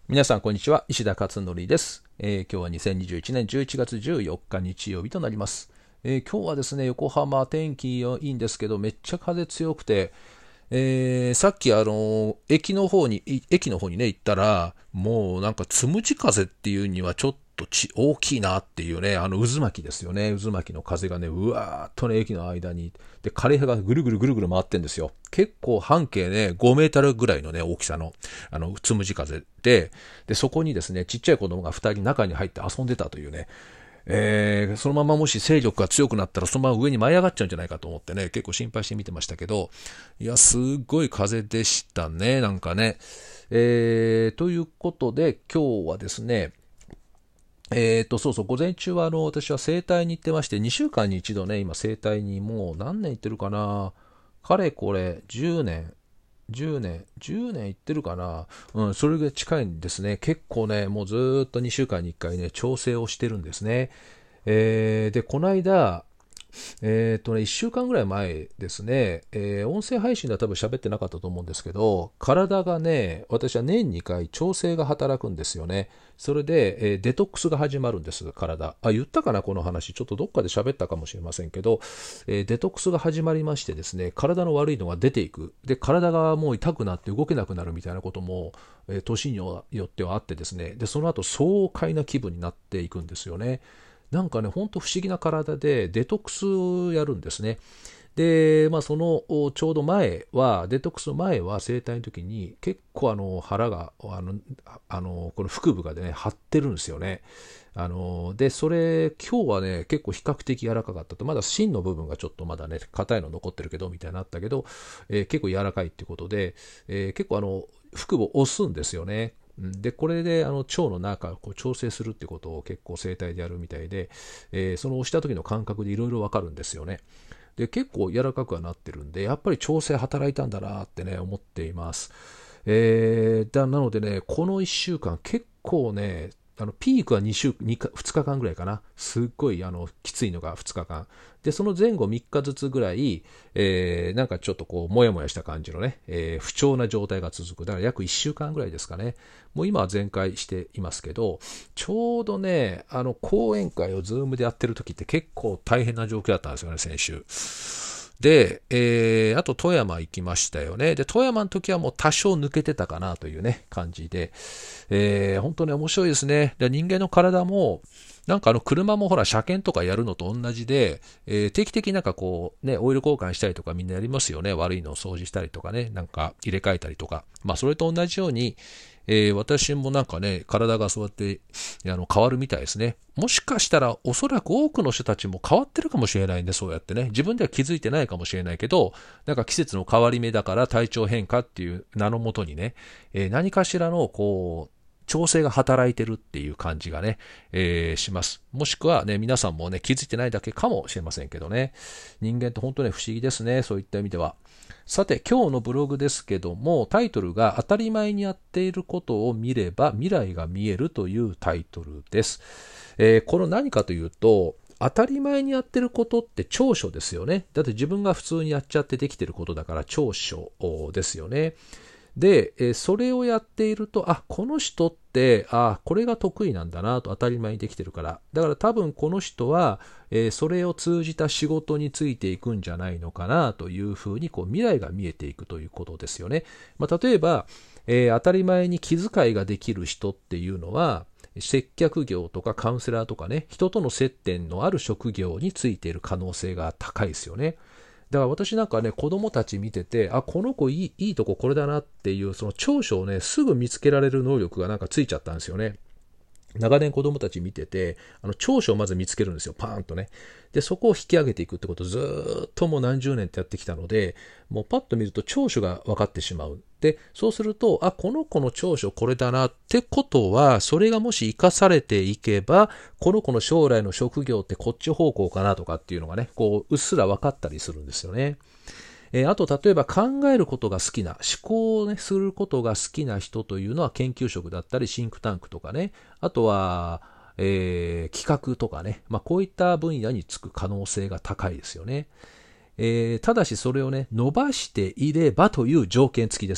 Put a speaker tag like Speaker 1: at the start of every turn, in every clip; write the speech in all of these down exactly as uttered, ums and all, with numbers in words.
Speaker 1: 皆さん、こんにちは。石田勝則です、えー今日はにせんにじゅういちねんじゅういちがつじゅうよっか日曜日となります。えー今日はですね、横浜天気いいんですけど、めっちゃ風強くて、えーさっきあの駅の方に、い駅の方にね、行ったら、もうなんかつむじ風っていうにはちょっとち大きいなっていうね、あの渦巻きですよね。渦巻きの風がね、うわーっとね、駅の間に、で、枯葉がぐるぐるぐるぐる回ってんですよ。結構半径ね、ごメートルぐらいのね、大きさの、あの、つむじ風で、で、そこにですね、ちっちゃい子供がふたり中に入って遊んでたというね、えーそのままもし勢力が強くなったらそのまま上に舞い上がっちゃうんじゃないかと思ってね、結構心配して見てましたけど、いや、すっごい風でしたね、なんかね。えーということで、今日はですね、えーと、そうそう、午前中はあの、私は整体に行ってまして、にしゅうかんに一度ね、今整体にもう何年行ってるかな、かれこれじゅうねん、じゅうねん、じゅうねん行ってるかな。うん、それぐらい近いんですね。結構ね、もうずーっとにしゅうかんにいっかいね、調整をしてるんですね。えーで、この間、えっとね、いっしゅうかんぐらい前ですね、えー音声配信では多分喋ってなかったと思うんですけど、体がね、私は年にかい調整が働くんですよね。それで、えーデトックスが始まるんです、体。あ、言ったかな、この話。ちょっとどっかで喋ったかもしれませんけど、えーデトックスが始まりましてですね、体の悪いのが出ていく。で、体がもう痛くなって動けなくなるみたいなことも、えー年によってはあってですね、で、その後爽快な気分になっていくんですよね。なんかね、ほんと不思議な体でデトックスをやるんですね。で、まあ、そのちょうど前は、デトックスの前は整体の時に結構あの腹が、あの、あのこの腹部がね、張ってるんですよね。あので、それ、今日はね、結構比較的柔らかかったと。まだ芯の部分がちょっとまだね、硬いの残ってるけど、みたいになったけど、えー結構柔らかいっていうことで、えー結構あの、腹部を押すんですよね。で、これであの腸の中をこう調整するってことを結構整体でやるみたいで、えーその押した時の感覚でいろいろわかるんですよね。で、結構柔らかくはなってるんで、やっぱり調整働いたんだなってね、思っています。えーだなのでね、このいっしゅうかん結構ね、あのピークは2週2かふつかかんぐらいかな。すっごいあのきついのがふつかかん。で、その前後みっかずつぐらい、えーなんかちょっとこう、もやもやした感じのね、えー不調な状態が続く。だから約いっしゅうかんぐらいですかね。もう今は全開していますけど、ちょうどね、あの講演会をズームでやってる時って結構大変な状況だったんですよね、先週。で、えー、あと富山行きましたよね。で、富山の時はもう多少抜けてたかなというね、感じで、えー、本当に面白いですね。で、人間の体も、なんかあの車もほら車検とかやるのと同じで、えー定期的になんかこうね、オイル交換したりとかみんなやりますよね。悪いのを掃除したりとかね、なんか入れ替えたりとか。まあそれと同じように、えー私もなんかね、体がそうやってあの変わるみたいですね。もしかしたらおそらく多くの人たちも変わってるかもしれないんで、そうやってね。自分では気づいてないかもしれないけど、なんか季節の変わり目だから体調変化っていう名のもとにね、えー何かしらのこう、調整が働いてるっていう感じがね、えーします。もしくはね、皆さんもね、気づいてないだけかもしれませんけどね。人間って本当ね、不思議ですね。そういった意味では。さて、今日のブログですけども、タイトルが当たり前にやっていることを見れば未来が見えるというタイトルです。えーこの何かというと、当たり前にやってることって長所ですよね。だって自分が普通にやっちゃってできてることだから長所ですよね。で、えーそれをやっていると、あ、この人って、あ、これが得意なんだなと当たり前にできてるから。だから多分この人は、えーそれを通じた仕事についていくんじゃないのかなというふうに、こう未来が見えていくということですよね。まあ、例えば、えー当たり前に気遣いができる人っていうのは、接客業とかカウンセラーとかね、人との接点のある職業についている可能性が高いですよね。だから私なんかね、子供たち見てて、あ、この子いい、いいとここれだなっていう、その長所をね、すぐ見つけられる能力がなんかついちゃったんですよね。長年子供たち見てて、あの長所をまず見つけるんですよ、パーンとね。で、そこを引き上げていくってことをずーっともう何十年ってやってきたので、もうパッと見ると長所が分かってしまう。で、そうすると、あ、この子の長所これだなってことは、それがもし活かされていけば、この子の将来の職業ってこっち方向かなとかっていうのがね、こう、うっすら分かったりするんですよね。えーあと、例えば考えることが好きな、思考をね、することが好きな人というのは研究職だったり、シンクタンクとかね、あとは、えー企画とかね、まあ、こういった分野につく可能性が高いですよね。えーただしそれをね、伸ばしていればという条件付きですよね。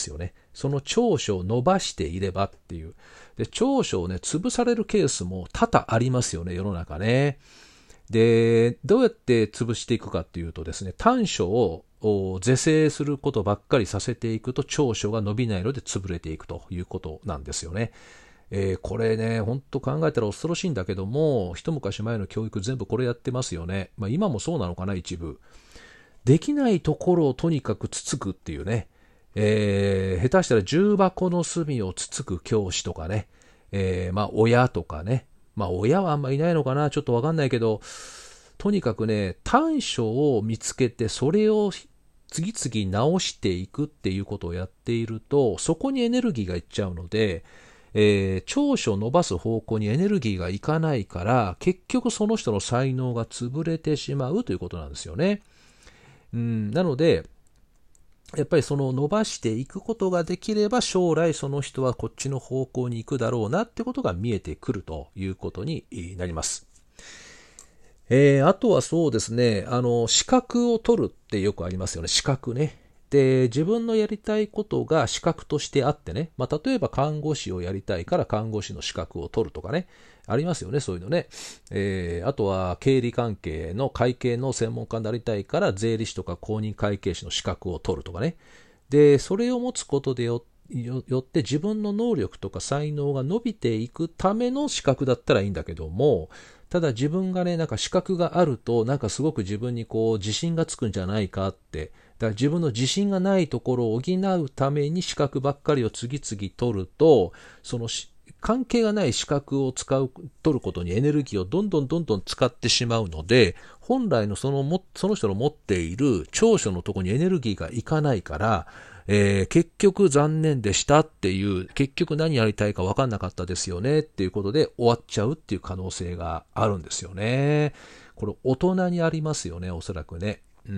Speaker 1: その長所を伸ばしていればっていう。で、長所をね、潰されるケースも多々ありますよね、世の中ね。で、どうやって潰していくかっていうとですね、短所を是正することばっかりさせていくと長所が伸びないので潰れていくということなんですよね。えー、これね、本当考えたら恐ろしいんだけども、一昔前の教育全部これやってますよね。まあ今もそうなのかな、一部。できないところをとにかくつつくっていうね。えー、下手したら重箱の隅をつつく教師とかね。えー、まあ親とかね。まあ親はあんまいないのかな、ちょっとわかんないけど、とにかくね、短所を見つけて、それを次々直していくっていうことをやっていると、そこにエネルギーがいっちゃうので、えー、長所を伸ばす方向にエネルギーがいかないから、結局その人の才能が潰れてしまうということなんですよね。うん、なので、やっぱりその伸ばしていくことができれば、将来その人はこっちの方向に行くだろうなってことが見えてくるということになります。えー、あとはそうですね、あの、資格を取るってよくありますよね、資格ね。で、自分のやりたいことが資格としてあってね、まあ、例えば看護師をやりたいから看護師の資格を取るとかね、ありますよね、そういうのね。えー、あとは経理関係の会計の専門家になりたいから税理士とか公認会計士の資格を取るとかね。で、それを持つことでよよって自分の能力とか才能が伸びていくための資格だったらいいんだけども、ただ自分がね、なんか資格があると、なんかすごく自分にこう自信がつくんじゃないかって、だから自分の自信がないところを補うために資格ばっかりを次々取ると、その関係がない資格を使う、取ることにエネルギーをどんどんどんどん使ってしまうので、本来のそのも、その人の持っている長所のところにエネルギーがいかないから、えー、結局残念でしたっていう、結局何やりたいか分かんなかったですよねっていうことで終わっちゃうっていう可能性があるんですよね。これ大人にありますよね、おそらくね。うん、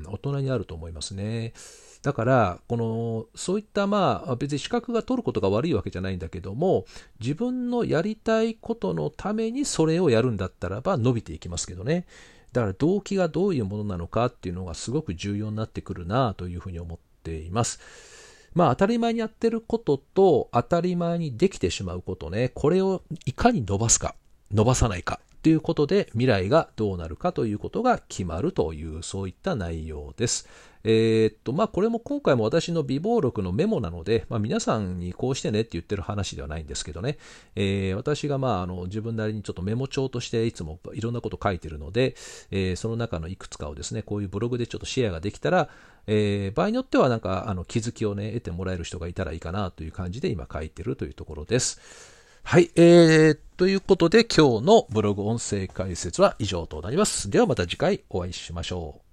Speaker 1: 大人にあると思いますね。だから、この、そういったまあ、別に資格が取ることが悪いわけじゃないんだけども、自分のやりたいことのためにそれをやるんだったらば伸びていきますけどね。だから動機がどういうものなのかっていうのがすごく重要になってくるなというふうに思っています。まあ当たり前にやってることと当たり前にできてしまうことね、これをいかに伸ばすか、伸ばさないかということで未来がどうなるかということが決まるという、そういった内容です。えー、っとまあこれも今回も私の備忘録のメモなので、まあ、皆さんにこうしてねって言ってる話ではないんですけどね、えー、私がまああの自分なりにちょっとメモ帳としていつもいろんなこと書いてるので、えー、その中のいくつかをですね、こういうブログでちょっとシェアができたら、えー、場合によってはなんかあの気づきをね得てもらえる人がいたらいいかなという感じで今書いてるというところです。はい、えー、ということで今日のブログ音声解説は以上となります。ではまた次回お会いしましょう。